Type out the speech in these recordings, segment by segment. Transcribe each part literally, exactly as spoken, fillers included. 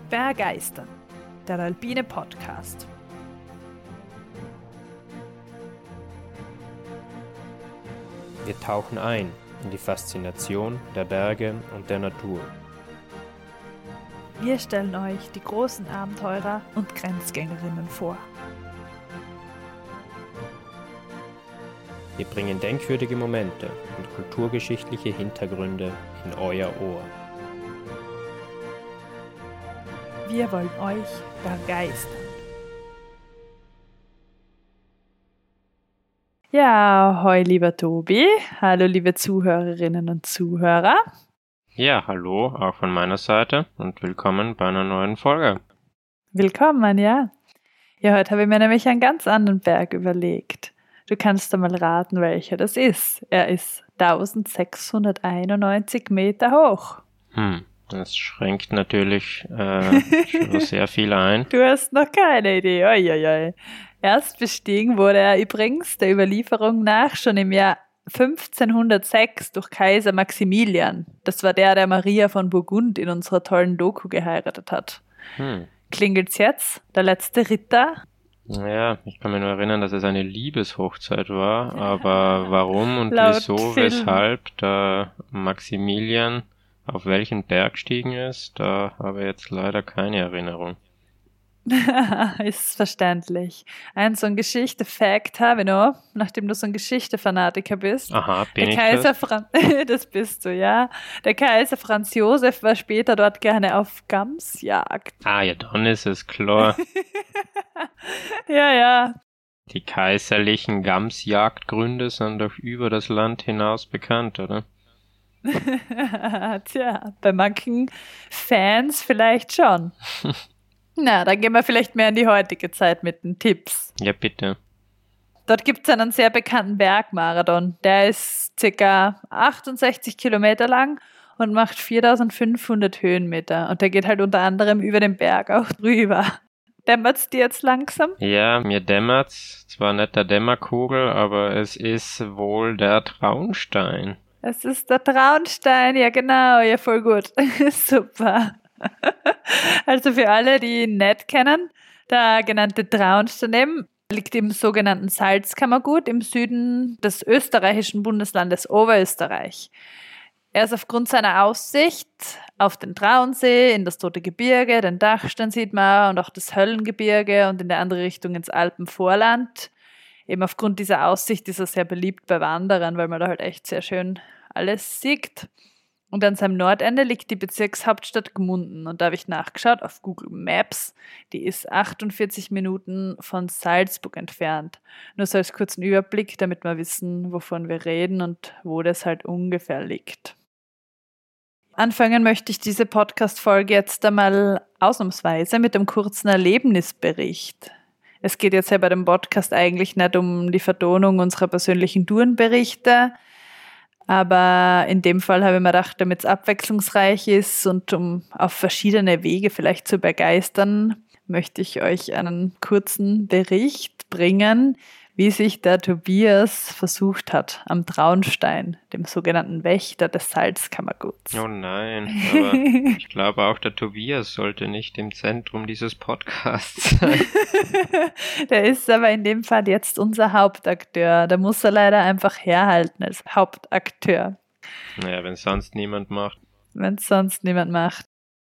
Berggeistern, der alpine Podcast. Wir tauchen ein in die Faszination der Berge und der Natur. Wir stellen euch die großen Abenteurer und Grenzgängerinnen vor. Wir bringen denkwürdige Momente und kulturgeschichtliche Hintergründe in euer Ohr. Wir wollen euch begeistern. Ja, hoi lieber Tobi, hallo liebe Zuhörerinnen und Zuhörer. Ja, hallo, auch von meiner Seite und willkommen bei einer neuen Folge. Willkommen, ja. Ja, heute habe ich mir nämlich einen ganz anderen Berg überlegt. Du kannst da mal raten, welcher das ist. Er ist eintausendsechshunderteinundneunzig Meter hoch. Hm, das schränkt natürlich äh, schon sehr viel ein. Du hast noch keine Idee. Oi, oi, oi. Erst bestiegen wurde er übrigens der Überlieferung nach schon im Jahr fünfzehnhundertsechs durch Kaiser Maximilian. Das war der, der Maria von Burgund in unserer tollen Doku geheiratet hat. Hm. Klingelt's jetzt? Der letzte Ritter? Ja, ich kann mich nur erinnern, dass es eine Liebeshochzeit war, aber warum und Laut wieso, Film. weshalb da Maximilian auf welchen Berg gestiegen ist, da habe ich jetzt leider keine Erinnerung. Ist verständlich. Ein so ein Geschichte-Fact habe ich noch, nachdem du so ein Geschichte-Fanatiker bist. Aha, bin Der ich Kaiser das? Franz, das bist du, ja. Der Kaiser Franz Josef war später dort gerne auf Gamsjagd. Ah ja, dann ist es klar. Ja, ja. Die kaiserlichen Gamsjagdgründe sind doch über das Land hinaus bekannt, oder? Tja, bei manchen Fans vielleicht schon. Na, dann gehen wir vielleicht mehr in die heutige Zeit mit den Tipps. Ja, bitte. Dort gibt es einen sehr bekannten Bergmarathon. Der ist ca. achtundsechzig Kilometer lang und macht viertausendfünfhundert Höhenmeter. Und der geht halt unter anderem über den Berg auch drüber. Dämmert's dir jetzt langsam? Ja, mir dämmert's. Zwar nicht der Dämmerkugel, aber es ist wohl der Traunstein. Es ist der Traunstein, ja genau, ja voll gut. Super. Also für alle, die ihn nicht kennen, der genannte Traunstein eben liegt im sogenannten Salzkammergut im Süden des österreichischen Bundeslandes Oberösterreich. Er ist aufgrund seiner Aussicht auf den Traunsee, in das Tote Gebirge, den Dachstein sieht man und auch das Höllengebirge und in der andere Richtung ins Alpenvorland. Eben aufgrund dieser Aussicht ist er sehr beliebt bei Wanderern, weil man da halt echt sehr schön alles sieht. Und an seinem Nordende liegt die Bezirkshauptstadt Gmunden. Und da habe ich nachgeschaut auf Google Maps. Die ist achtundvierzig Minuten von Salzburg entfernt. Nur so als kurzen Überblick, damit wir wissen, wovon wir reden und wo das halt ungefähr liegt. Anfangen möchte ich diese Podcast-Folge jetzt einmal ausnahmsweise mit einem kurzen Erlebnisbericht. Es geht jetzt ja bei dem Podcast eigentlich nicht um die Vertonung unserer persönlichen Tourenberichte, aber in dem Fall habe ich mir gedacht, damit es abwechslungsreich ist und um auf verschiedene Wege vielleicht zu begeistern, möchte ich euch einen kurzen Bericht bringen, wie sich der Tobias versucht hat am Traunstein, dem sogenannten Wächter des Salzkammerguts. Oh nein, aber ich glaube auch der Tobias sollte nicht im Zentrum dieses Podcasts sein. Der ist aber in dem Fall jetzt unser Hauptakteur. Da muss er leider einfach herhalten als Hauptakteur. Naja, wenn sonst niemand macht. Wenn es sonst niemand macht.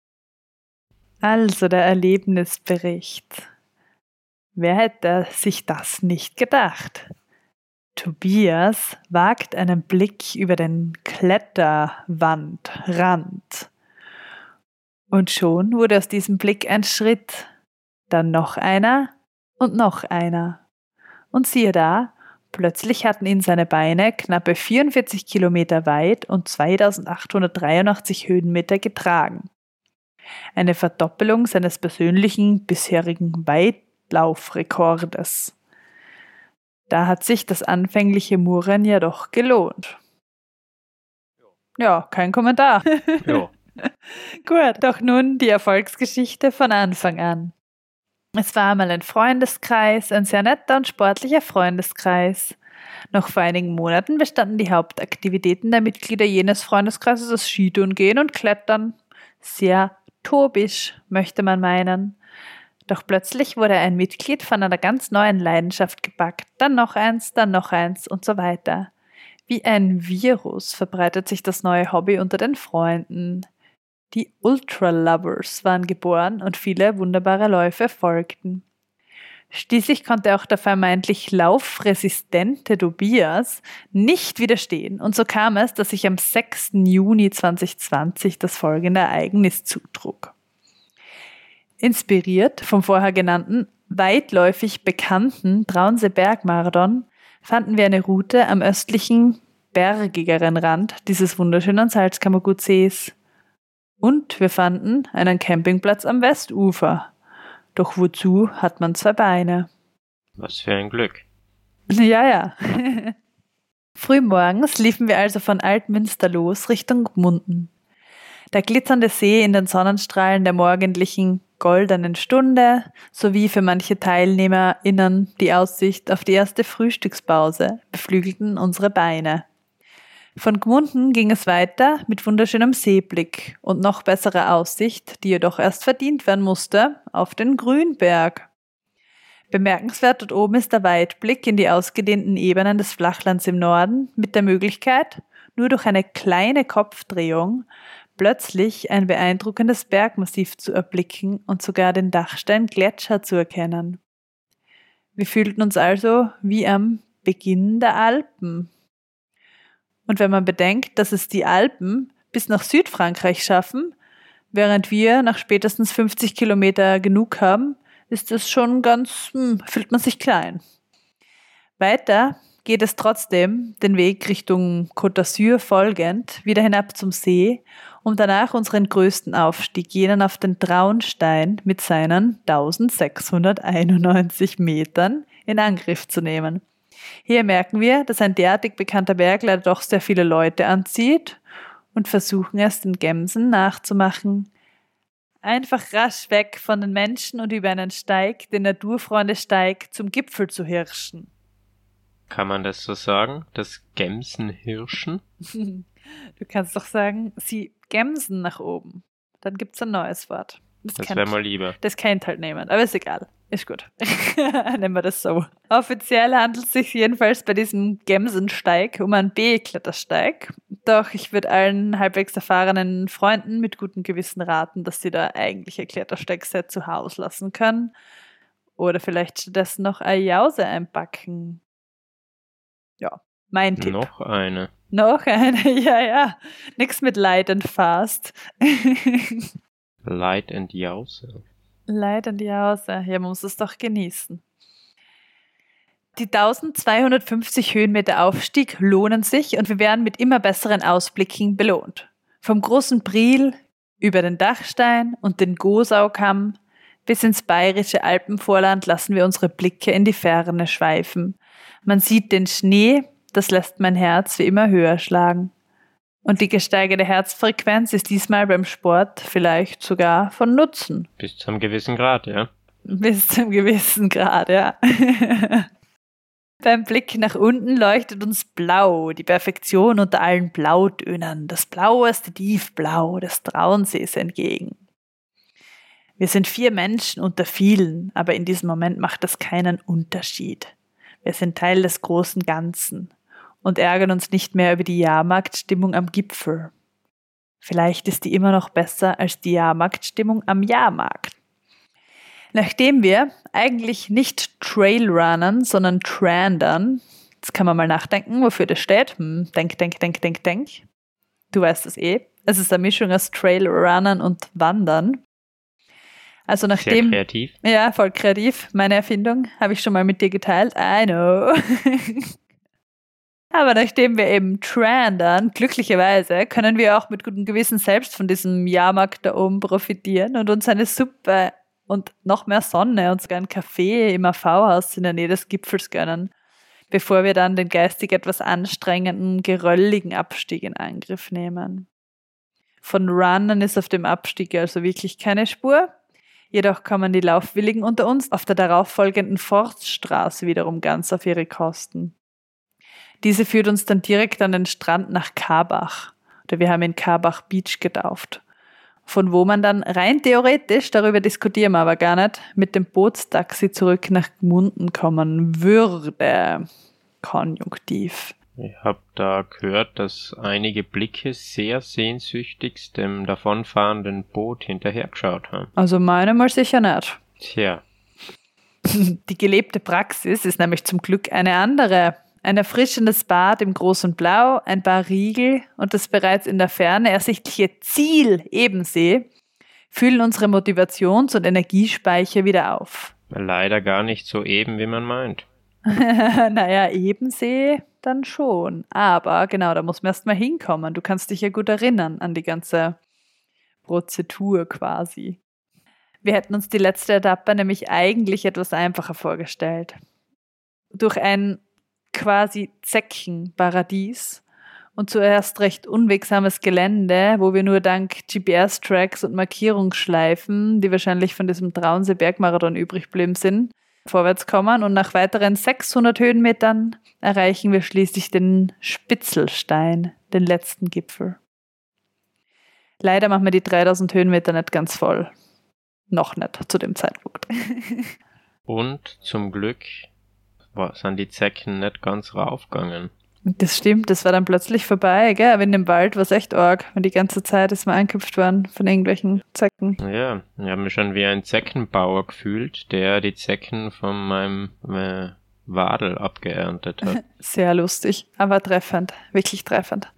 Also der Erlebnisbericht. Wer hätte sich das nicht gedacht? Tobias wagt einen Blick über den Kletterwandrand. Und schon wurde aus diesem Blick ein Schritt, dann noch einer und noch einer. Und siehe da, plötzlich hatten ihn seine Beine knappe vierundvierzig Kilometer weit und zweitausendachthundertdreiundachtzig Höhenmeter getragen. Eine Verdoppelung seines persönlichen bisherigen Weitlaufrekordes. Da hat sich das anfängliche Murren ja doch gelohnt. Ja, kein Kommentar. Jo. Gut, doch nun die Erfolgsgeschichte von Anfang an. Es war einmal ein Freundeskreis, ein sehr netter und sportlicher Freundeskreis. Noch vor einigen Monaten bestanden die Hauptaktivitäten der Mitglieder jenes Freundeskreises aus Skitouren gehen und Klettern. Sehr Utopisch, möchte man meinen. Doch plötzlich wurde ein Mitglied von einer ganz neuen Leidenschaft gepackt, dann noch eins, dann noch eins und so weiter. Wie ein Virus verbreitet sich das neue Hobby unter den Freunden. Die Ultra-Lovers waren geboren und viele wunderbare Läufe folgten. Schließlich konnte auch der vermeintlich laufresistente Tobias nicht widerstehen und so kam es, dass sich am sechsten Juni zweitausendzwanzig das folgende Ereignis zutrug. Inspiriert vom vorher genannten, weitläufig bekannten Traunsee-Bergmarathon fanden wir eine Route am östlichen, bergigeren Rand dieses wunderschönen Salzkammergutsees. Und wir fanden einen Campingplatz am Westufer. Doch wozu hat man zwei Beine? Was für ein Glück. Ja, ja. Frühmorgens liefen wir also von Altmünster los Richtung Gmunden. Der glitzernde See in den Sonnenstrahlen der morgendlichen goldenen Stunde sowie für manche TeilnehmerInnen die Aussicht auf die erste Frühstückspause beflügelten unsere Beine. Von Gmunden ging es weiter mit wunderschönem Seeblick und noch besserer Aussicht, die jedoch erst verdient werden musste, auf den Grünberg. Bemerkenswert dort oben ist der Weitblick in die ausgedehnten Ebenen des Flachlands im Norden mit der Möglichkeit, nur durch eine kleine Kopfdrehung plötzlich ein beeindruckendes Bergmassiv zu erblicken und sogar den Dachstein-Gletscher zu erkennen. Wir fühlten uns also wie am Beginn der Alpen. Und wenn man bedenkt, dass es die Alpen bis nach Südfrankreich schaffen, während wir nach spätestens fünfzig Kilometer genug haben, ist es schon ganz, hm, fühlt man sich klein. Weiter geht es trotzdem den Weg Richtung Côte d'Azur folgend wieder hinab zum See, um danach unseren größten Aufstieg, jenen auf den Traunstein mit seinen eintausendsechshunderteinundneunzig Metern, in Angriff zu nehmen. Hier merken wir, dass ein derartig bekannter Berg leider doch sehr viele Leute anzieht und versuchen es den Gemsen nachzumachen. Einfach rasch weg von den Menschen und über einen Steig, den Naturfreunde-Steig, zum Gipfel zu hirschen. Kann man das so sagen? Das Gemsenhirschen? Du kannst doch sagen, sie gemsen nach oben. Dann gibt's ein neues Wort. Das, das wäre mal lieber. Das kennt halt niemand, aber ist egal. Ist gut. Nennen wir das so. Offiziell handelt es sich jedenfalls bei diesem Gemsensteig um einen B-Klettersteig. Doch ich würde allen halbwegs erfahrenen Freunden mit gutem Gewissen raten, dass sie da eigentliche Klettersteigset zu Hause lassen können. Oder vielleicht stattdessen noch eine Jause einpacken. Ja, mein Tipp. Noch eine. Noch eine, ja, ja. Nix mit Light and Fast. Light and Jause. Light and Jause. Ja, man muss es doch genießen. Die eintausendzweihundertfünfzig Höhenmeter Aufstieg lohnen sich und wir werden mit immer besseren Ausblicken belohnt. Vom großen Priel über den Dachstein und den Gosaukamm bis ins bayerische Alpenvorland lassen wir unsere Blicke in die Ferne schweifen. Man sieht den Schnee, das lässt mein Herz wie immer höher schlagen. Und die gesteigerte Herzfrequenz ist diesmal beim Sport vielleicht sogar von Nutzen. Bis zu einem gewissen Grad, ja. Bis zu einem gewissen Grad, ja. Beim Blick nach unten leuchtet uns Blau, die Perfektion unter allen Blautönen, das blaueste Tiefblau des Traunsees entgegen. Wir sind vier Menschen unter vielen, aber in diesem Moment macht das keinen Unterschied. Wir sind Teil des großen Ganzen und ärgern uns nicht mehr über die Jahrmarktstimmung am Gipfel. Vielleicht ist die immer noch besser als die Jahrmarktstimmung am Jahrmarkt. Nachdem wir eigentlich nicht Trailrunnern, sondern Trandern, jetzt kann man mal nachdenken, wofür das steht. Hm, denk, denk, denk, denk, denk. Du weißt es eh. Es ist eine Mischung aus Trailrunnern und Wandern. Also nachdem, sehr kreativ. Ja, voll kreativ. Meine Erfindung habe ich schon mal mit dir geteilt. I know. Aber nachdem wir eben trandern, glücklicherweise, können wir auch mit gutem Gewissen selbst von diesem Jahrmarkt da oben profitieren und uns eine Suppe und noch mehr Sonne und sogar einen Kaffee im A V-Haus in der Nähe des Gipfels gönnen, bevor wir dann den geistig etwas anstrengenden, gerölligen Abstieg in Angriff nehmen. Von Runnen ist auf dem Abstieg also wirklich keine Spur. Jedoch kommen die Laufwilligen unter uns auf der darauffolgenden Forststraße wiederum ganz auf ihre Kosten. Diese führt uns dann direkt an den Strand nach Karbach. Oder wir haben ihn Karbach Beach getauft. von wo man dann rein theoretisch, darüber diskutieren wir aber gar nicht, mit dem Bootstaxi zurück nach Gmunden kommen würde. Konjunktiv. Ich habe da gehört, dass einige Blicke sehr sehnsüchtig dem davonfahrenden Boot hinterhergeschaut haben. Also meine mal sicher nicht. Tja. Die gelebte Praxis ist nämlich zum Glück eine andere. Ein erfrischendes Bad im großen Blau, ein paar Riegel und das bereits in der Ferne ersichtliche Ziel Ebensee füllen unsere Motivations- und Energiespeicher wieder auf. Leider gar nicht so eben, wie man meint. Naja, Ebensee dann schon. Aber genau, da muss man erst mal hinkommen. Du kannst dich ja gut erinnern an die ganze Prozedur quasi. Wir hätten uns die letzte Etappe nämlich eigentlich etwas einfacher vorgestellt. Durch ein quasi Zeckenparadies und zuerst recht unwegsames Gelände, wo wir nur dank G P S-Tracks und Markierungsschleifen, die wahrscheinlich von diesem Traunsee-Bergmarathon übrig geblieben sind, vorwärts kommen und nach weiteren sechshundert Höhenmetern erreichen wir schließlich den Spitzelstein, den letzten Gipfel. Leider machen wir die dreitausend Höhenmeter nicht ganz voll. Noch nicht zu dem Zeitpunkt. Und zum Glück sind die Zecken nicht ganz raufgegangen. Das stimmt, das war dann plötzlich vorbei, gell? Aber in dem Wald war es echt arg, weil die ganze Zeit ist man angeküpft worden von irgendwelchen Zecken. Ja, ich habe mich schon wie ein Zeckenbauer gefühlt, der die Zecken von meinem äh, Wadel abgeerntet hat. Sehr lustig, aber treffend, wirklich treffend.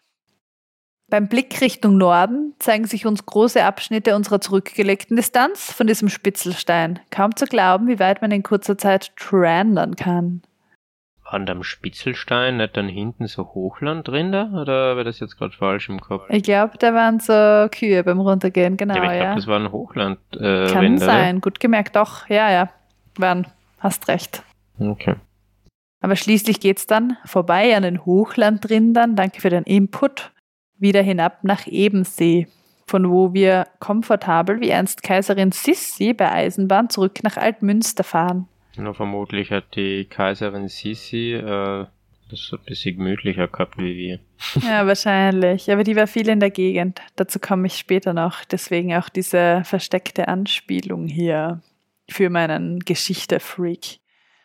Beim Blick Richtung Norden zeigen sich uns große Abschnitte unserer zurückgelegten Distanz von diesem Spitzelstein. Kaum zu glauben, wie weit man in kurzer Zeit trandern kann. An dem Spitzelstein nicht dann hinten so Hochland drin da? Oder wäre das jetzt gerade falsch im Kopf? Ich glaube, da waren so Kühe beim Runtergehen, genau, ja. Aber ich glaube, ja. das war ein Hochland. Äh, Kann Rinder, sein, oder? Gut gemerkt, doch, ja, ja, waren, hast recht. Okay. Aber schließlich geht's dann vorbei an den Hochlandrindern, danke für den Input, wieder hinab nach Ebensee, von wo wir komfortabel wie einst Kaiserin Sissi bei Eisenbahn zurück nach Altmünster fahren. Na, vermutlich hat die Kaiserin Sissi äh, das so ein bisschen gemütlicher gehabt wie wir. Ja, wahrscheinlich. Aber die war viel in der Gegend. Dazu komme ich später noch. Deswegen auch diese versteckte Anspielung hier für meinen Geschichte-Freak.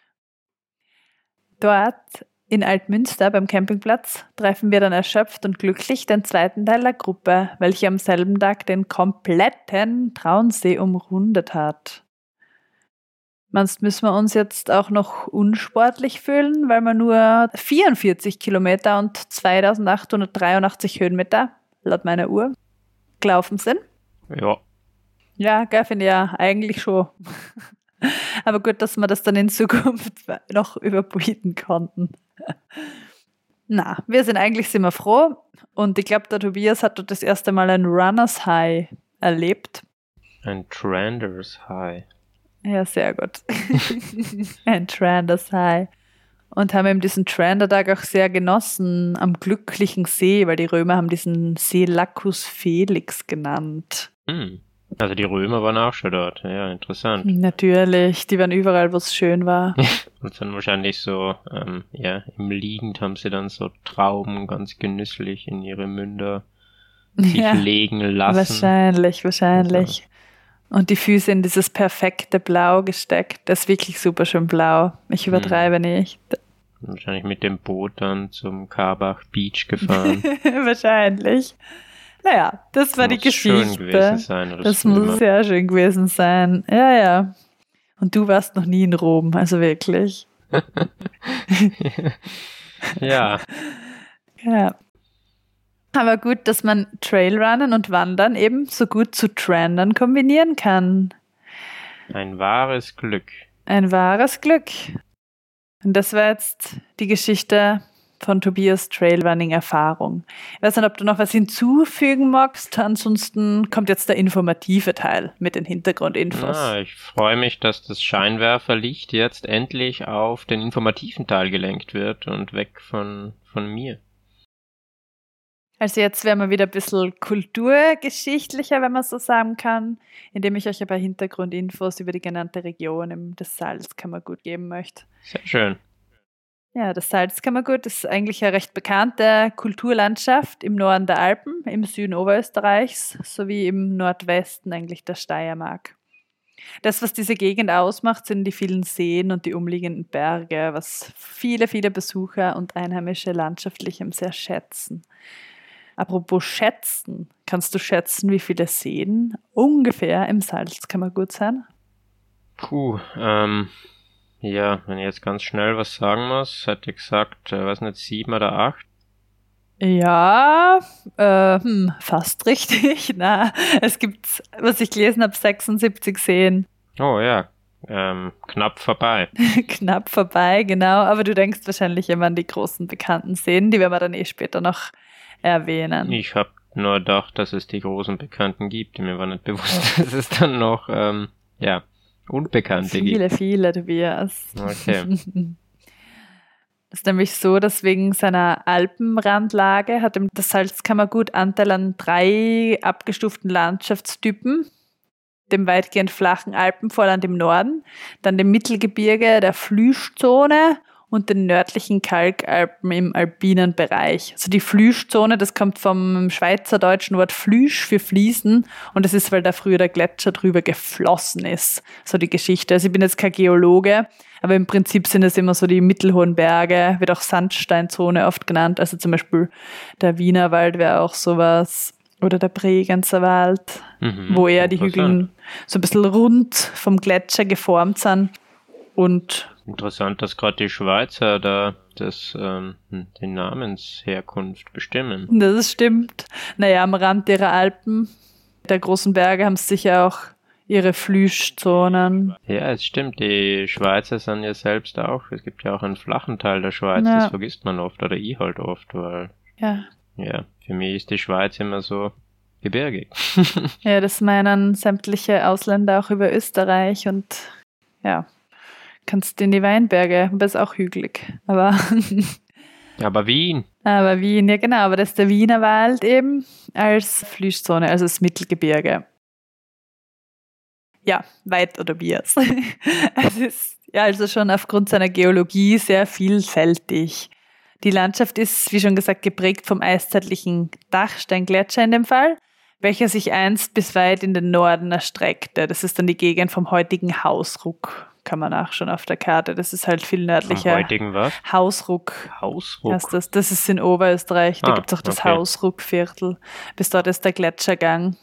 Dort in Altmünster beim Campingplatz treffen wir dann erschöpft und glücklich den zweiten Teil der Gruppe, welche am selben Tag den kompletten Traunsee umrundet hat. Sonst müssen wir uns jetzt auch noch unsportlich fühlen, weil wir nur vierundvierzig Kilometer und zweitausendachthundertdreiundachtzig Höhenmeter, laut meiner Uhr, gelaufen sind. Ja. Ja, gell, finde ich ja eigentlich schon. Aber gut, dass wir das dann in Zukunft noch überbieten konnten. Na, wir sind eigentlich sind wir froh und ich glaube, der Tobias hat dort das erste Mal ein Runners High erlebt. Ein Tranders High. Ja, sehr gut. Ein Tranders High. Und haben eben diesen Trandertag auch sehr genossen am glücklichen See, weil die Römer haben diesen See Lacus Felix genannt. Hm. Also die Römer waren auch schon dort, ja, interessant. Natürlich, die waren überall, wo es schön war. Und dann wahrscheinlich so, ähm, ja, im Liegend haben sie dann so Trauben ganz genüsslich in ihre Münder sich Ja, legen lassen. Wahrscheinlich, wahrscheinlich. Und die Füße in dieses perfekte Blau gesteckt. Das ist wirklich super schön blau. Ich übertreibe hm. nicht. Wahrscheinlich mit dem Boot dann zum Karbach Beach gefahren. Wahrscheinlich. Naja, das war muss die Geschichte. Schön gewesen sein, oder das so muss immer. Sehr schön gewesen sein. Ja, ja. Und du warst noch nie in Rom, also wirklich. Ja. Ja. Aber gut, dass man Trailrunnen und Wandern eben so gut zu Trandern kombinieren kann. Ein wahres Glück. Ein wahres Glück. Und das war jetzt die Geschichte von Tobias Trailrunning-Erfahrung. Ich weiß nicht, ob du noch was hinzufügen magst, ansonsten kommt jetzt der informative Teil mit den Hintergrundinfos. Ja, ich freue mich, dass das Scheinwerferlicht jetzt endlich auf den informativen Teil gelenkt wird und weg von, von mir. Also jetzt werden wir wieder ein bisschen kulturgeschichtlicher, wenn man so sagen kann, indem ich euch ein paar Hintergrundinfos über die genannte Region im des Salzkammergut geben möchte. Sehr schön. Ja, das Salzkammergut ist eigentlich eine recht bekannte Kulturlandschaft im Norden der Alpen, im Süden Oberösterreichs sowie im Nordwesten eigentlich der Steiermark. Das, was diese Gegend ausmacht, sind die vielen Seen und die umliegenden Berge, was viele, viele Besucher und Einheimische landschaftlich sehr schätzen. Apropos schätzen, kannst du schätzen, wie viele Seen ungefähr im Salzkammergut sind? Puh, ähm, ja, wenn ich jetzt ganz schnell was sagen muss, hätte ich gesagt, äh, weiß nicht, sieben oder acht. Ja, äh, hm, fast richtig. Na, es gibt, was ich gelesen habe, sechsundsiebzig Seen. Oh ja, ähm, knapp vorbei. Knapp vorbei, genau. Aber du denkst wahrscheinlich immer an die großen bekannten Seen, die werden wir dann eh später noch erwähnen. Ich habe nur gedacht, dass es die großen Bekannten gibt. Mir war nicht bewusst, dass es dann noch, ähm, ja, Unbekannte viele, gibt. Viele, viele, Tobias. Okay. Es ist nämlich so, dass wegen seiner Alpenrandlage hat das Salzkammergut Anteil an drei abgestuften Landschaftstypen. Dem weitgehend flachen Alpenvorland im Norden, dann dem Mittelgebirge der Flüschzone und den nördlichen Kalkalpen im alpinen Bereich. Also die Flüschzone, das kommt vom schweizerdeutschen Wort Flüsch für Fließen und das ist, weil da früher der Gletscher drüber geflossen ist. So die Geschichte. Also ich bin jetzt kein Geologe, aber im Prinzip sind es immer so die mittelhohen Berge, wird auch Sandsteinzone oft genannt. Also zum Beispiel der Wienerwald wäre auch sowas. Oder der Bregenzer Wald, mhm, wo eher die Hügel so ein bisschen rund vom Gletscher geformt sind. Und interessant, dass gerade die Schweizer da das, ähm, die Namensherkunft bestimmen. Das stimmt. Naja, am Rand ihrer Alpen, der großen Berge, haben sie sicher auch ihre Flüschzonen. Ja, es stimmt. Die Schweizer sind ja selbst auch. Es gibt ja auch einen flachen Teil der Schweiz. Ja. Das vergisst man oft, oder ich halt oft, weil... Ja. Ja, für mich ist die Schweiz immer so gebirgig. Ja, das meinen sämtliche Ausländer auch über Österreich und ja, kannst in die Weinberge, aber ist auch hügelig. Aber, aber Wien. Aber Wien, ja genau, aber das ist der Wienerwald eben als Flüschzone, also das Mittelgebirge. Ja, weit oder Biers. Es ist ja also schon aufgrund seiner Geologie sehr vielfältig. Die Landschaft ist, wie schon gesagt, geprägt vom eiszeitlichen Dachsteingletscher in dem Fall, welcher sich einst bis weit in den Norden erstreckte. Das ist dann die Gegend vom heutigen Hausruck, kann man nachschauen auf der Karte. Das ist halt viel nördlicher. Vom heutigen was? Hausruck. Hausruck? Heißt das. Das ist in Oberösterreich, da ah, gibt es auch das okay. Hausruckviertel. Bis dort ist der Gletschergang.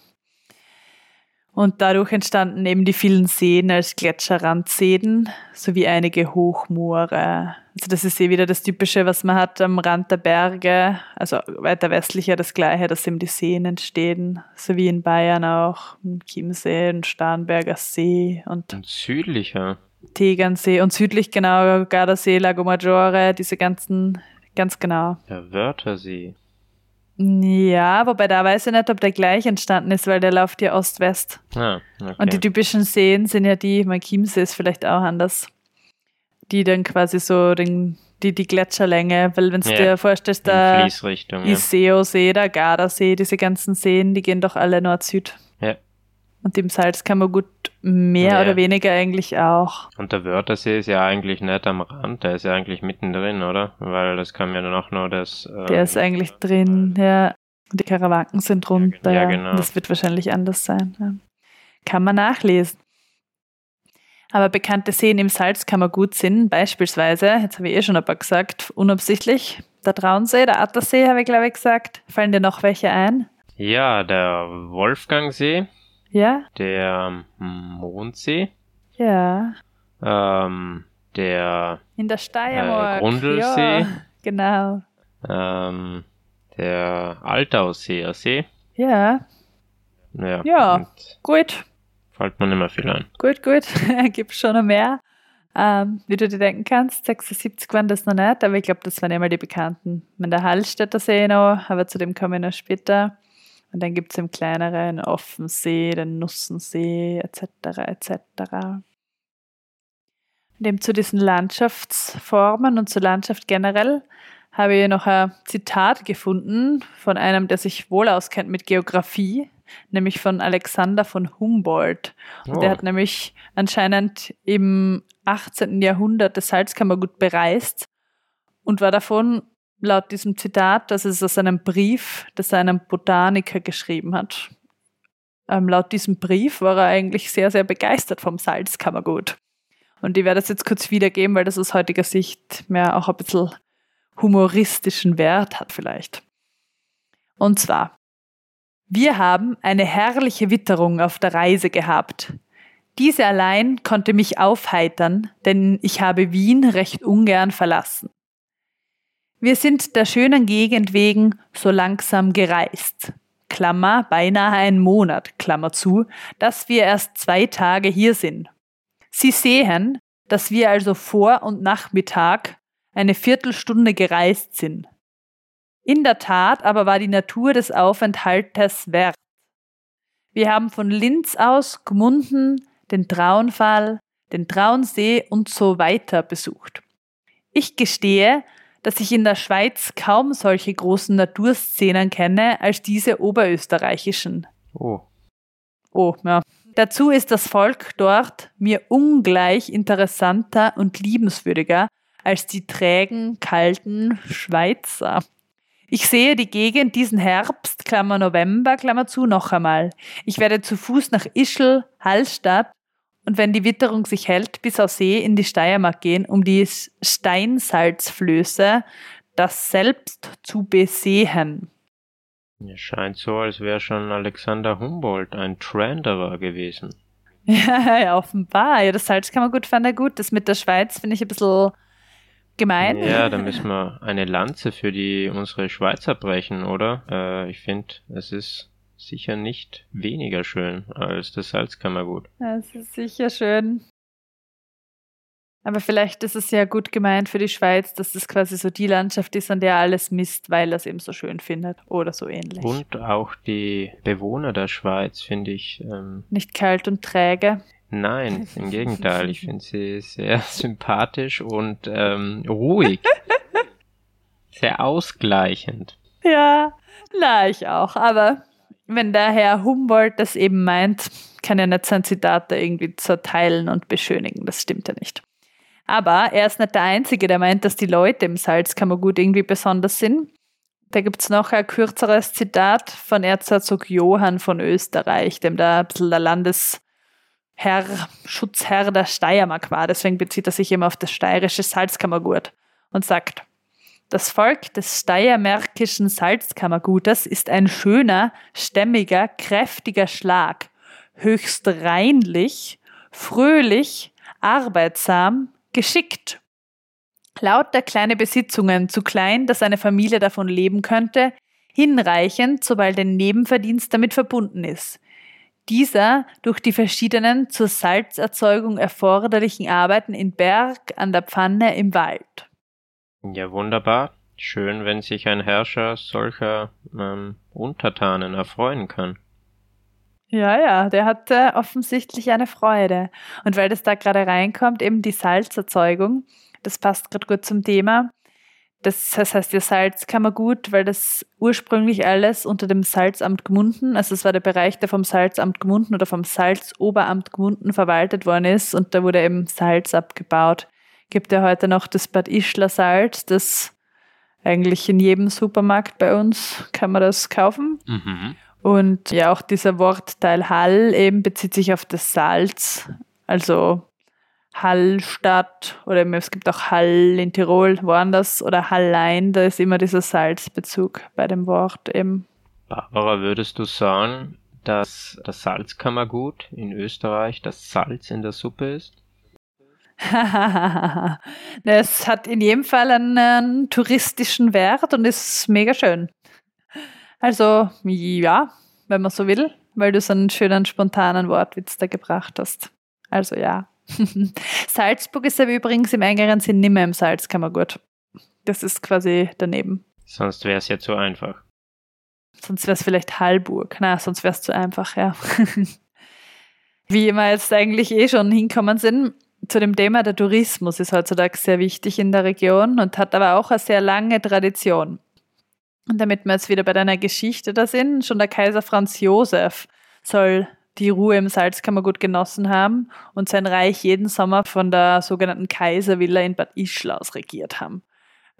Und dadurch entstanden eben die vielen Seen als Gletscherrandseen sowie einige Hochmoore. Also das ist eh wieder das Typische, was man hat am Rand der Berge, also weiter westlicher das Gleiche, dass eben die Seen entstehen, so wie in Bayern auch, Chiemsee und Starnberger See und, und südlicher Tegernsee und südlich genau Gardasee, Lago Maggiore, diese ganzen, ganz genau. Der Wörthersee. Ja, wobei da weiß ich nicht, ob der gleich entstanden ist, weil der läuft ja Ost-West. Ah, okay. Und die typischen Seen sind ja die, mein Chiemsee ist vielleicht auch anders, die dann quasi so den, die, die Gletscherlänge, weil wenn du ja, dir vorstellst, der Iseo-See, der Gardasee, diese ganzen Seen, die gehen doch alle Nord-Süd. Ja. Und im Salzkammergut mehr ja. oder weniger eigentlich auch. Und der Wörthersee ist ja eigentlich nicht am Rand, der ist ja eigentlich mittendrin, oder? Weil das kam ja dann auch noch das... Ähm der ist eigentlich drin, ja. Und die Karawanken sind runter. Ja, genau. Das wird wahrscheinlich anders sein. Ja. Kann man nachlesen. Aber bekannte Seen im Salzkammergut sind beispielsweise, jetzt habe ich eh schon ein paar gesagt, unabsichtlich, der Traunsee, der Attersee, habe ich glaube ich gesagt. Fallen dir noch welche ein? Ja, der Wolfgangsee. Ja. Der Mondsee. Ja. Ähm, der in der Steiermark. Äh, Grundlsee. Ja, genau. Ähm, der Altauseer See. Ja. Ja, ja gut. Fällt mir nicht mehr viel ein. Gut, gut. Gibt schon noch mehr. Ähm, wie du dir denken kannst, sechsundsiebzig waren das noch nicht, aber ich glaube, das waren immer die bekannten. Mit der Hallstätter See noch, aber zu dem komme ich noch später. Und dann gibt es im kleineren Offensee, den Nussensee, et cetera et cetera. Und eben zu diesen Landschaftsformen und zur Landschaft generell habe ich noch ein Zitat gefunden von einem, der sich wohl auskennt mit Geografie, nämlich von Alexander von Humboldt. Und oh. Der hat nämlich anscheinend im achtzehnten Jahrhundert das Salzkammergut bereist und war davon laut diesem Zitat, dass es aus einem Brief, das er einem Botaniker geschrieben hat. Ähm, laut diesem Brief war er eigentlich sehr, sehr begeistert vom Salzkammergut. Und ich werde das jetzt kurz wiedergeben, weil das aus heutiger Sicht mehr auch ein bisschen humoristischen Wert hat vielleicht. Und zwar: Wir haben eine herrliche Witterung auf der Reise gehabt. Diese allein konnte mich aufheitern, denn ich habe Wien recht ungern verlassen. Wir sind der schönen Gegend wegen so langsam gereist, Klammer, beinahe einen Monat, Klammer zu, dass wir erst zwei Tage hier sind. Sie sehen, dass wir also vor und Nachmittag eine Viertelstunde gereist sind. In der Tat aber war die Natur des Aufenthaltes wert. Wir haben von Linz aus Gmunden, den Traunfall, den Traunsee und so weiter besucht. Ich gestehe, dass ich in der Schweiz kaum solche großen Naturszenen kenne als diese oberösterreichischen. Oh. Oh, ja. Dazu ist das Volk dort mir ungleich interessanter und liebenswürdiger als die trägen, kalten Schweizer. Ich sehe die Gegend diesen Herbst, Klammer November, Klammer zu, noch einmal. Ich werde zu Fuß nach Ischl, Hallstatt und wenn die Witterung sich hält, bis auf See in die Steiermark gehen, um die Steinsalzflöße, das selbst zu besehen. Es scheint so, als wäre schon Alexander Humboldt ein Trenderer gewesen. Ja, ja, offenbar. Ja, das Salzkammergut fand er gut. Das mit der Schweiz finde ich ein bisschen gemein. Ja, da müssen wir eine Lanze für die unsere Schweizer brechen, oder? Äh, ich finde, es ist sicher nicht weniger schön als das Salzkammergut. Das ist sicher schön. Aber vielleicht ist es ja gut gemeint für die Schweiz, dass das quasi so die Landschaft ist, an der er alles misst, weil er es eben so schön findet oder so ähnlich. Und auch die Bewohner der Schweiz finde ich... Ähm, nicht kalt und träge. Nein, im Gegenteil. Ich finde sie sehr sympathisch und ähm, ruhig. Sehr ausgleichend. Ja, na, ich auch. Aber wenn der Herr Humboldt das eben meint, kann er nicht sein Zitat da irgendwie zerteilen und beschönigen. Das stimmt ja nicht. Aber er ist nicht der Einzige, der meint, dass die Leute im Salzkammergut irgendwie besonders sind. Da gibt es noch ein kürzeres Zitat von Erzherzog Johann von Österreich, dem da ein bisschen der Landesherr, Schutzherr der Steiermark war. Deswegen bezieht er sich eben auf das steirische Salzkammergut und sagt: Das Volk des steiermärkischen Salzkammergutes ist ein schöner, stämmiger, kräftiger Schlag, höchst reinlich, fröhlich, arbeitsam, geschickt. Lauter kleine Besitzungen, zu klein, dass eine Familie davon leben könnte, hinreichend, sobald ein Nebenverdienst damit verbunden ist. Dieser durch die verschiedenen zur Salzerzeugung erforderlichen Arbeiten in Berg, an der Pfanne, im Wald. Ja, wunderbar. Schön, wenn sich ein Herrscher solcher ähm, Untertanen erfreuen kann. Ja, ja, der hatte offensichtlich eine Freude. Und weil das da gerade reinkommt, eben die Salzerzeugung, das passt gerade gut zum Thema. Das heißt ja Salzkammergut, weil das ursprünglich alles unter dem Salzamt Gmunden, also es war der Bereich, der vom Salzamt Gmunden oder vom Salzoberamt Gmunden verwaltet worden ist und da wurde eben Salz abgebaut. Gibt ja heute noch das Bad Ischler Salz, das eigentlich in jedem Supermarkt bei uns kann man das kaufen. Mhm. Und ja, auch dieser Wortteil Hall eben bezieht sich auf das Salz, also Hallstatt oder es gibt auch Hall in Tirol, woanders, oder Hallein, da ist immer dieser Salzbezug bei dem Wort eben. Barbara, würdest du sagen, dass das Salzkammergut in Österreich das Salz in der Suppe ist? Es hat in jedem Fall einen, einen touristischen Wert und ist mega schön. Also ja, wenn man so will, weil du so einen schönen, spontanen Wortwitz da gebracht hast. Also ja. Salzburg ist aber übrigens im engeren Sinn nicht mehr im Salzkammergut. Das ist quasi daneben. Sonst wäre es ja zu einfach. Sonst wäre es vielleicht Hallburg. Na, sonst wäre es zu einfach, ja. Wie wir jetzt eigentlich eh schon hinkommen sind, zu dem Thema, der Tourismus ist heutzutage sehr wichtig in der Region und hat aber auch eine sehr lange Tradition. Und damit wir jetzt wieder bei deiner Geschichte da sind, schon der Kaiser Franz Josef soll die Ruhe im Salzkammergut genossen haben und sein Reich jeden Sommer von der sogenannten Kaiservilla in Bad Ischl aus regiert haben.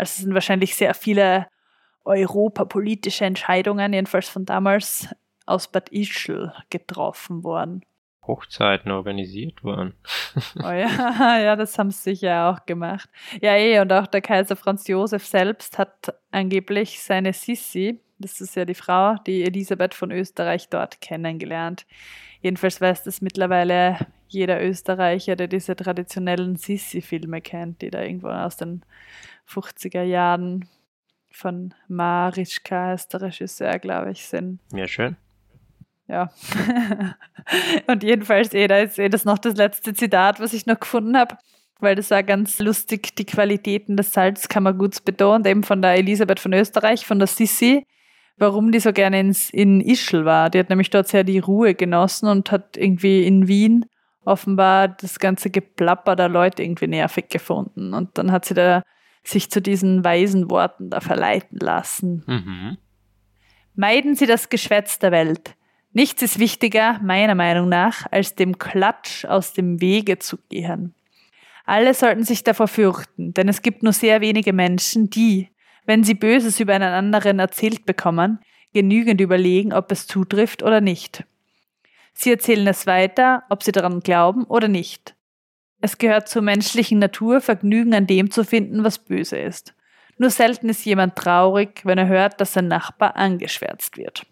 Also es sind wahrscheinlich sehr viele europapolitische Entscheidungen, jedenfalls von damals, aus Bad Ischl getroffen worden. Hochzeiten organisiert worden. Oh ja, ja, das haben sie sicher auch gemacht. Ja, eh, und auch der Kaiser Franz Josef selbst hat angeblich seine Sissi, das ist ja die Frau, die Elisabeth von Österreich, dort kennengelernt. Jedenfalls weiß das mittlerweile jeder Österreicher, der diese traditionellen Sissi-Filme kennt, die da irgendwo aus den fünfziger Jahren von Marischka, heißt der Regisseur, glaube ich, sind. Ja, schön. Ja. Und jedenfalls, eh, da ist eh das noch das letzte Zitat, was ich noch gefunden habe, weil das war ganz lustig, die Qualitäten des Salzkammerguts betont, eben von der Elisabeth von Österreich, von der Sissi, warum die so gerne ins, in Ischl war. Die hat nämlich dort sehr die Ruhe genossen und hat irgendwie in Wien offenbar das ganze Geplapper der Leute irgendwie nervig gefunden. Und dann hat sie da sich zu diesen weisen Worten da verleiten lassen. Mhm. Meiden Sie das Geschwätz der Welt. Nichts ist wichtiger, meiner Meinung nach, als dem Klatsch aus dem Wege zu gehen. Alle sollten sich davor fürchten, denn es gibt nur sehr wenige Menschen, die, wenn sie Böses über einen anderen erzählt bekommen, genügend überlegen, ob es zutrifft oder nicht. Sie erzählen es weiter, ob sie daran glauben oder nicht. Es gehört zur menschlichen Natur, Vergnügen an dem zu finden, was böse ist. Nur selten ist jemand traurig, wenn er hört, dass sein Nachbar angeschwärzt wird.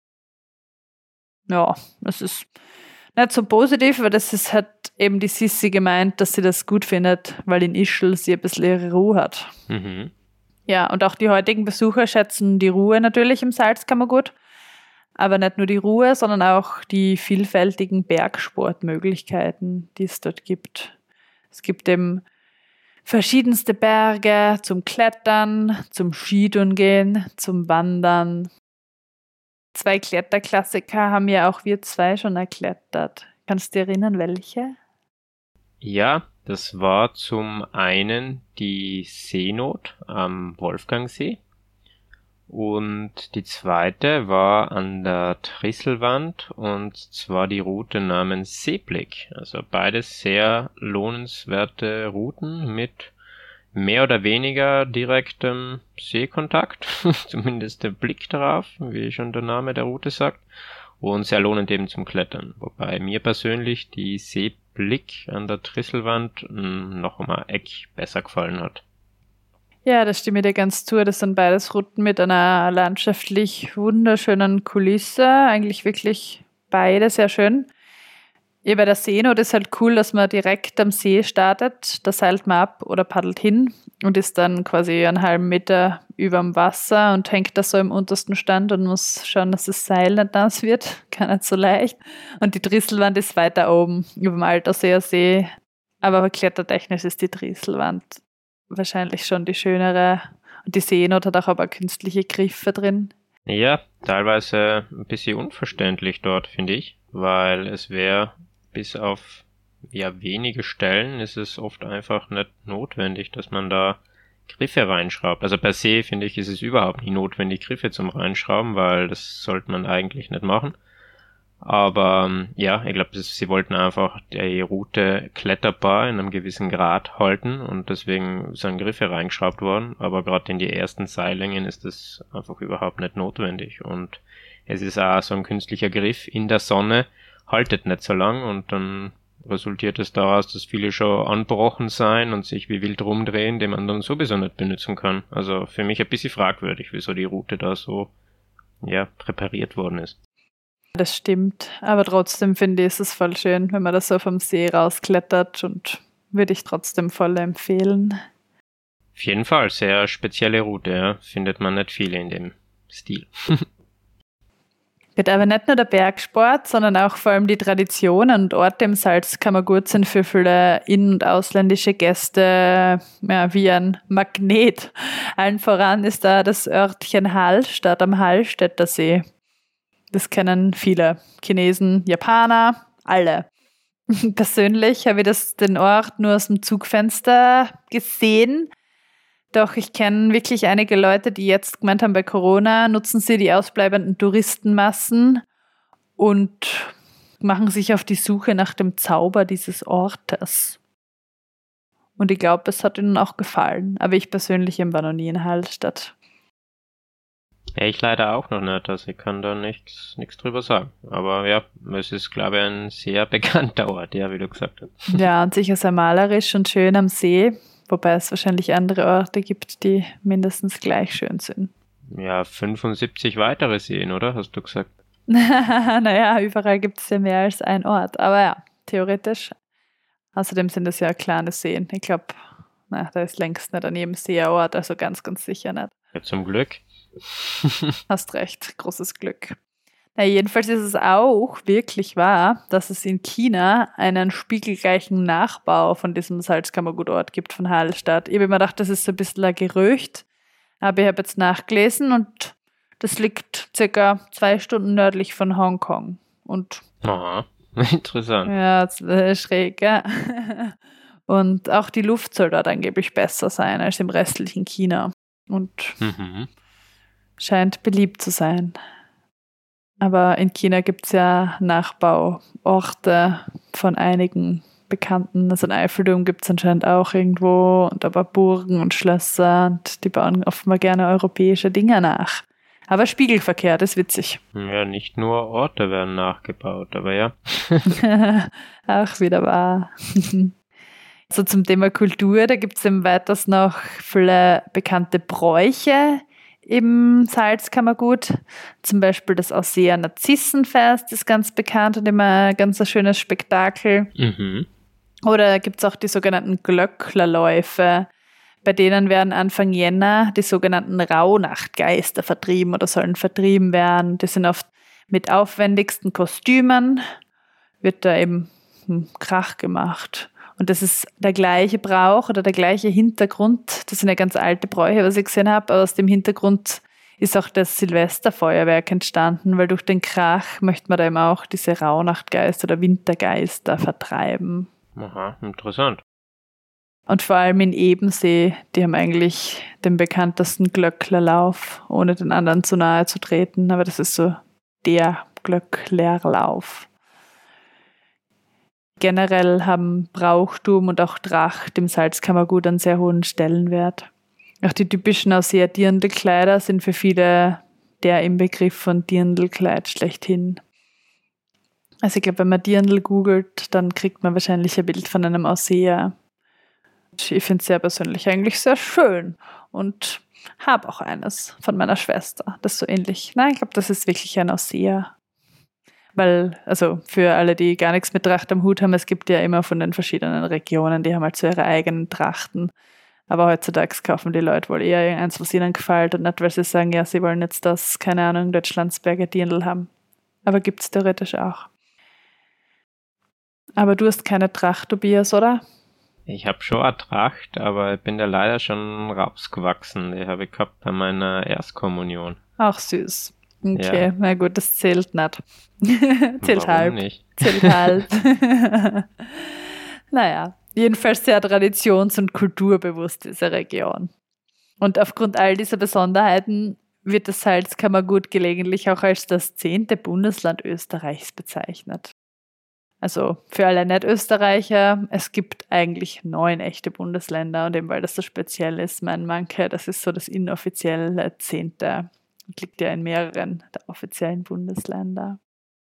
Ja, das ist nicht so positiv, aber das ist halt eben die Sissi gemeint, dass sie das gut findet, weil in Ischl sie ein bisschen ihre Ruhe hat. Mhm. Ja, und auch die heutigen Besucher schätzen die Ruhe natürlich im Salzkammergut, aber nicht nur die Ruhe, sondern auch die vielfältigen Bergsportmöglichkeiten, die es dort gibt. Es gibt eben verschiedenste Berge zum Klettern, zum Skitouren, zum Wandern. Zwei Kletterklassiker haben ja auch wir zwei schon erklettert. Kannst du dich erinnern, welche? Ja, das war zum einen die Seenot am Wolfgangsee und die zweite war an der Trisselwand und zwar die Route namens Seeblick. Also beides sehr lohnenswerte Routen mit mehr oder weniger direktem Seekontakt, zumindest der Blick darauf, wie schon der Name der Route sagt, und sehr lohnend eben zum Klettern. Wobei mir persönlich die Seeblick an der Trisselwand noch um ein Eck besser gefallen hat. Ja, das stimme ich dir ganz zu. Das sind beides Routen mit einer landschaftlich wunderschönen Kulisse. Eigentlich wirklich beide sehr schön. Ja, bei der Seenot ist halt cool, dass man direkt am See startet. Da seilt man ab oder paddelt hin und ist dann quasi einen halben Meter überm Wasser und hängt da so im untersten Stand und muss schauen, dass das Seil nicht nass wird. Gar nicht so leicht. Und die Trisselwand ist weiter oben, über dem Alterseer See. Aber klettertechnisch ist die Trisselwand wahrscheinlich schon die schönere. Und die Seenot hat auch aber künstliche Griffe drin. Ja, teilweise ein bisschen unverständlich dort, finde ich, weil es wäre bis auf ja wenige Stellen ist es oft einfach nicht notwendig, dass man da Griffe reinschraubt. Also per se, finde ich, ist es überhaupt nicht notwendig, Griffe zum Reinschrauben, weil das sollte man eigentlich nicht machen. Aber ja, ich glaube, sie wollten einfach die Route kletterbar in einem gewissen Grad halten und deswegen sind Griffe reingeschraubt worden. Aber gerade in die ersten Seillängen ist das einfach überhaupt nicht notwendig. Und es ist auch so ein künstlicher Griff in der Sonne, haltet nicht so lang und dann resultiert es daraus, dass viele schon anbrochen sein und sich wie wild rumdrehen, die man dann sowieso nicht benutzen kann. Also für mich ein bisschen fragwürdig, wieso die Route da so ja präpariert worden ist. Das stimmt, aber trotzdem finde ich, ist es voll schön, wenn man das so vom See rausklettert und würde ich trotzdem voll empfehlen. Auf jeden Fall, sehr spezielle Route, ja. Findet man nicht viele in dem Stil. Wird aber nicht nur der Bergsport, sondern auch vor allem die Traditionen und Orte im Salzkammergut sind für viele in- und ausländische Gäste ja, wie ein Magnet. Allen voran ist da das Örtchen Hallstatt am Hallstätter See. Das kennen viele. Chinesen, Japaner, alle. Persönlich habe ich das, den Ort nur aus dem Zugfenster gesehen. Doch ich kenne wirklich einige Leute, die jetzt gemeint haben, bei Corona nutzen sie die ausbleibenden Touristenmassen und machen sich auf die Suche nach dem Zauber dieses Ortes. Und ich glaube, es hat ihnen auch gefallen. Aber ich persönlich war noch nie in Hallstatt. Ja, ich leider auch noch nicht, also ich kann da nichts nichts drüber sagen. Aber ja, es ist, glaube ich, ein sehr bekannter Ort, ja, wie du gesagt hast. Ja, und sicher sehr malerisch und schön am See, wobei es wahrscheinlich andere Orte gibt, die mindestens gleich schön sind. Ja, fünfundsiebzig weitere Seen, oder? Hast du gesagt? Naja, überall gibt es ja mehr als einen Ort, aber ja, theoretisch. Außerdem sind es ja kleine Seen. Ich glaube, da ist längst nicht an jedem See ein Ort, also ganz, ganz sicher nicht. Ja, zum Glück. Hast recht, großes Glück. Na, jedenfalls ist es auch wirklich wahr, dass es in China einen spiegelgleichen Nachbau von diesem Salzkammergutort gibt von Hallstatt. Ich habe mir gedacht, das ist so ein bisschen ein Gerücht, aber ich habe jetzt nachgelesen und das liegt circa zwei Stunden nördlich von Hongkong. Und Aha, interessant. ja, das ist schräg, ja. Und auch die Luft soll dort angeblich besser sein als im restlichen China. Und Mhm. scheint beliebt zu sein. Aber in China gibt es ja Nachbauorte von einigen Bekannten. Also ein Eiffelturm gibt es anscheinend auch irgendwo und aber Burgen und Schlösser und die bauen offenbar gerne europäische Dinge nach. Aber spiegelverkehrt ist witzig. Ja, nicht nur Orte werden nachgebaut, aber ja. Auch wieder wahr. So zum Thema Kultur, da gibt es im weiters noch viele bekannte Bräuche im Salzkammergut. Zum Beispiel das Ausseer Narzissenfest ist ganz bekannt und immer ein ganz schönes Spektakel. Mhm. Oder gibt es auch die sogenannten Glöcklerläufe. Bei denen werden Anfang Jänner die sogenannten Rauhnachtgeister vertrieben oder sollen vertrieben werden. Die sind oft mit aufwendigsten Kostümen, wird da eben Krach gemacht. Und das ist der gleiche Brauch oder der gleiche Hintergrund. Das sind ja ganz alte Bräuche, was ich gesehen habe. Aber aus dem Hintergrund ist auch das Silvesterfeuerwerk entstanden, weil durch den Krach möchte man da eben auch diese Rauhnachtgeister oder Wintergeister vertreiben. Aha, interessant. Und vor allem in Ebensee, die haben eigentlich den bekanntesten Glöcklerlauf, ohne den anderen zu nahe zu treten. Aber das ist so der Glöcklerlauf. Generell haben Brauchtum und auch Tracht im Salzkammergut einen sehr hohen Stellenwert. Auch die typischen Ausseer Dirndlkleider sind für viele der Inbegriff von Dirndlkleid schlechthin. Also ich glaube, wenn man Dirndl googelt, dann kriegt man wahrscheinlich ein Bild von einem Ausseer. Ich finde es sehr persönlich eigentlich sehr schön und habe auch eines von meiner Schwester, das so ähnlich. Nein, ich glaube, das ist wirklich ein Ausseer. Weil, also für alle, die gar nichts mit Tracht am Hut haben, es gibt ja immer von den verschiedenen Regionen, die haben halt so ihre eigenen Trachten. Aber heutzutage kaufen die Leute wohl eher irgendeins, was ihnen gefällt und nicht, weil sie sagen, ja, sie wollen jetzt das, keine Ahnung, Deutschlandsberger Dirndl haben. Aber gibt es theoretisch auch. Aber du hast keine Tracht, Tobias, oder? Ich habe schon eine Tracht, aber ich bin da leider schon rausgewachsen. Die habe ich gehabt bei meiner Erstkommunion. Auch süß. Okay, Ja. na gut, das zählt nicht. Zählt Warum halb. nicht? Zählt halb. Naja, jedenfalls sehr traditions- und kulturbewusst diese Region. Und aufgrund all dieser Besonderheiten wird das Salzkammergut gelegentlich auch als das zehnte Bundesland Österreichs bezeichnet. Also für alle Nicht-Österreicher, es gibt eigentlich neun echte Bundesländer und eben weil das so speziell ist, mein Manke, das ist so das inoffizielle zehnte. Und liegt ja in mehreren der offiziellen Bundesländer.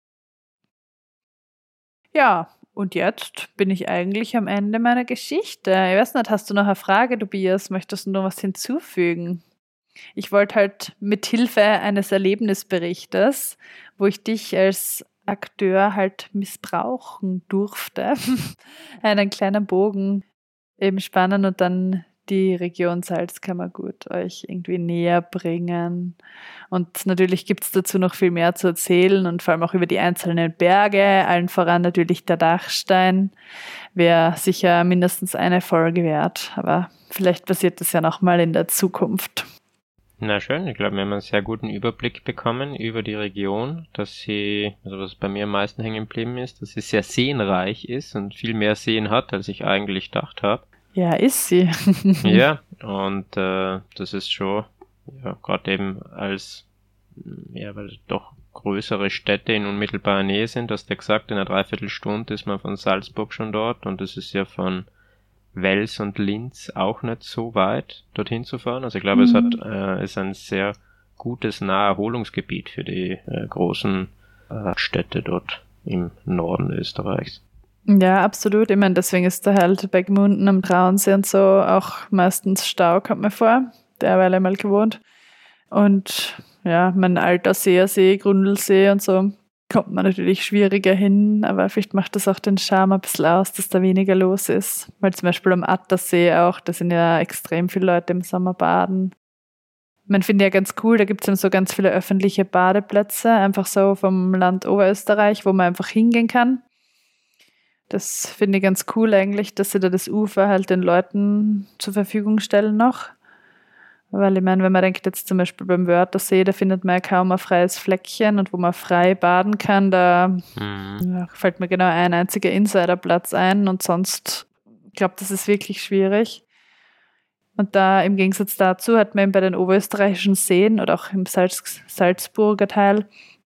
Ja, und jetzt bin ich eigentlich am Ende meiner Geschichte. Ich weiß nicht, hast du noch eine Frage, Tobias? Möchtest du noch was hinzufügen? Ich wollte halt mit Hilfe eines Erlebnisberichtes, wo ich dich als Akteur halt missbrauchen durfte, einen kleinen Bogen eben spannen und dann die Region Salzkammergut euch irgendwie näher bringen. Und natürlich gibt es dazu noch viel mehr zu erzählen und vor allem auch über die einzelnen Berge, allen voran natürlich der Dachstein. Wäre sicher mindestens eine Folge wert, aber vielleicht passiert das ja nochmal in der Zukunft. Na schön, ich glaube, wir haben einen sehr guten Überblick bekommen über die Region, dass sie, also was bei mir am meisten hängen geblieben ist, dass sie sehr seenreich ist und viel mehr Seen hat, als ich eigentlich gedacht habe. Ja, ist sie. Ja, und äh, das ist schon, ja, gerade eben als, ja, weil doch größere Städte in unmittelbarer Nähe sind, hast du ja gesagt, in einer Dreiviertelstunde ist man von Salzburg schon dort und das ist ja von Wels und Linz auch nicht so weit, dorthin zu fahren. Also ich glaube, Mhm. es hat äh, ist ein sehr gutes Naherholungsgebiet für die äh, großen äh, Städte dort im Norden Österreichs. Ja, absolut. Ich meine, deswegen ist da halt bei Gmunden am Traunsee und so auch meistens Stau, kommt mir vor. Derweil einmal gewohnt. Und ja, mein alter Seersee, Grundlsee und so kommt man natürlich schwieriger hin, aber vielleicht macht das auch den Charme ein bisschen aus, dass da weniger los ist. Weil zum Beispiel am Attersee auch, da sind ja extrem viele Leute im Sommer baden. Man finde ja ganz cool, da gibt es so ganz viele öffentliche Badeplätze, einfach so vom Land Oberösterreich, wo man einfach hingehen kann. Das finde ich ganz cool eigentlich, dass sie da das Ufer halt den Leuten zur Verfügung stellen noch. Weil ich meine, wenn man denkt jetzt zum Beispiel beim Wörthersee, da findet man ja kaum ein freies Fleckchen und wo man frei baden kann, da Mhm. ja, fällt mir genau ein einziger Insiderplatz ein und sonst, ich glaube, das ist wirklich schwierig. Und da im Gegensatz dazu hat man eben bei den oberösterreichischen Seen oder auch im Salz, Salzburger Teil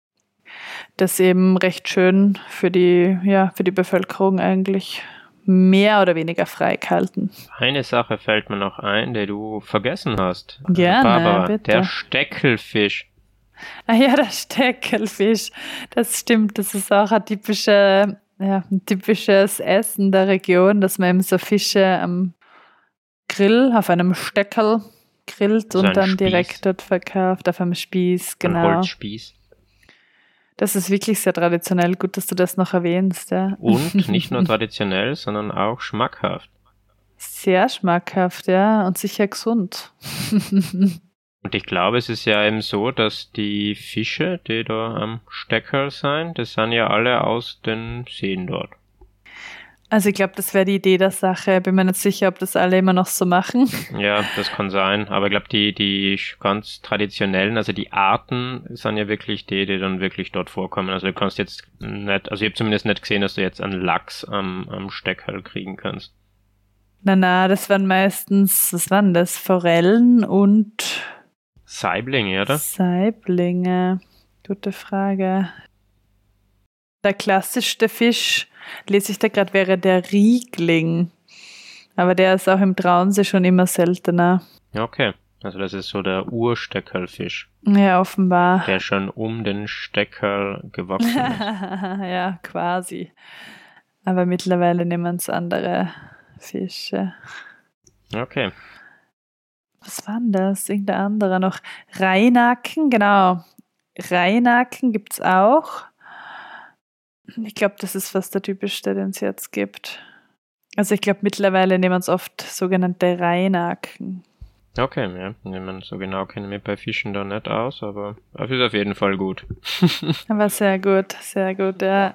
das eben recht schön für die, ja, für die Bevölkerung eigentlich mehr oder weniger frei gehalten. Eine Sache fällt mir noch ein, die du vergessen hast. Gerne, Barbara, bitte. der Steckelfisch. Ah ja, der Steckelfisch. Das stimmt, das ist auch ein, typische, ja, ein typisches Essen der Region, dass man eben so Fische am Grill, auf einem Steckel grillt So und ein dann Spieß. direkt dort verkauft, auf einem Spieß, Ein genau. Holzspieß. Das ist wirklich sehr traditionell. Gut, dass du das noch erwähnst. Ja. Und nicht nur traditionell, sondern auch schmackhaft. Sehr schmackhaft, ja, und sicher gesund. Und ich glaube, es ist ja eben so, dass die Fische, die da am Steckerl sind, das sind ja alle aus den Seen dort. Also ich glaube, das wäre die Idee der Sache. Bin mir nicht sicher, ob das alle immer noch so machen. Ja, das kann sein. Aber ich glaube, die, die ganz traditionellen, also die Arten, sind ja wirklich die, die dann wirklich dort vorkommen. Also du kannst jetzt nicht, also ich habe zumindest nicht gesehen, dass du jetzt einen Lachs am, am Steckerl kriegen kannst. Na na, das waren meistens, was waren das? Forellen und Saiblinge, oder? Saiblinge. Gute Frage. Der klassischste Fisch, lese ich da gerade, wäre der Riegling. Aber der ist auch im Traunsee schon immer seltener. Ja, okay. Also das ist so der Ursteckerlfisch, Ja, offenbar. der schon um den Steckerl gewachsen ist. Ja, quasi. Aber mittlerweile nehmen es andere Fische. Okay. Was war denn das? Irgendein anderer noch. Reinaken, genau. Reinaken gibt es auch. Ich glaube, das ist fast der typischste, den es jetzt gibt. Also ich glaube, mittlerweile nehmen es oft sogenannte Reinaken. Okay, ja. Ich meine, so genau kenne ich mich bei Fischen da nicht aus, aber es ist auf jeden Fall gut. Aber sehr gut, sehr gut, ja.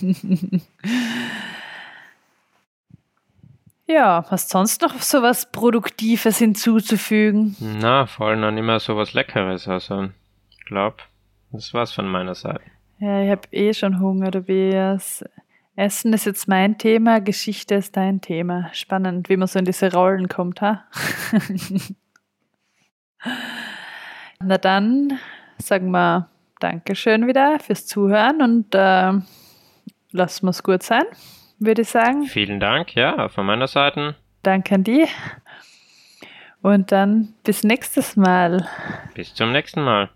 Ja, hast sonst noch so was Produktives hinzuzufügen? Na, vor allem dann immer so was Leckeres. Also, ich glaube, das war's von meiner Seite. Ja, ich habe eh schon Hunger, Tobias. Essen ist jetzt mein Thema, Geschichte ist dein Thema. Spannend, wie man so in diese Rollen kommt, ha? Na dann sagen wir Dankeschön wieder fürs Zuhören und äh, lassen wir es gut sein, würde ich sagen. Vielen Dank, ja, von meiner Seite. Danke an die. Und dann bis nächstes Mal. Bis zum nächsten Mal.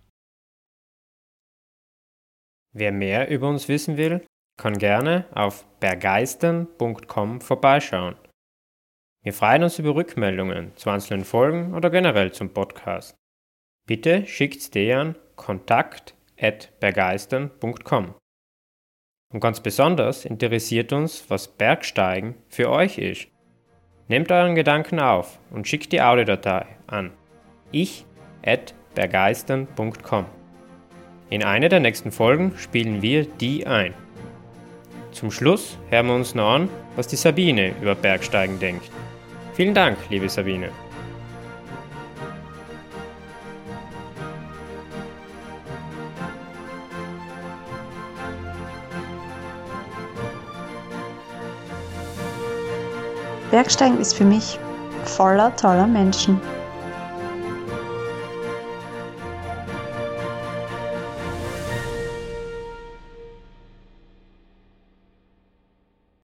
Wer mehr über uns wissen will, kann gerne auf bergeistern punkt com vorbeischauen. Wir freuen uns über Rückmeldungen zu einzelnen Folgen oder generell zum Podcast. Bitte schickt die an kontakt at bergeistern punkt com. Und ganz besonders interessiert uns, was Bergsteigen für euch ist. Nehmt euren Gedanken auf und schickt die Audiodatei an ich at bergeistern punkt com. In einer der nächsten Folgen spielen wir die ein. Zum Schluss hören wir uns noch an, was die Sabine über Bergsteigen denkt. Vielen Dank, liebe Sabine. Bergsteigen ist für mich voller toller Menschen.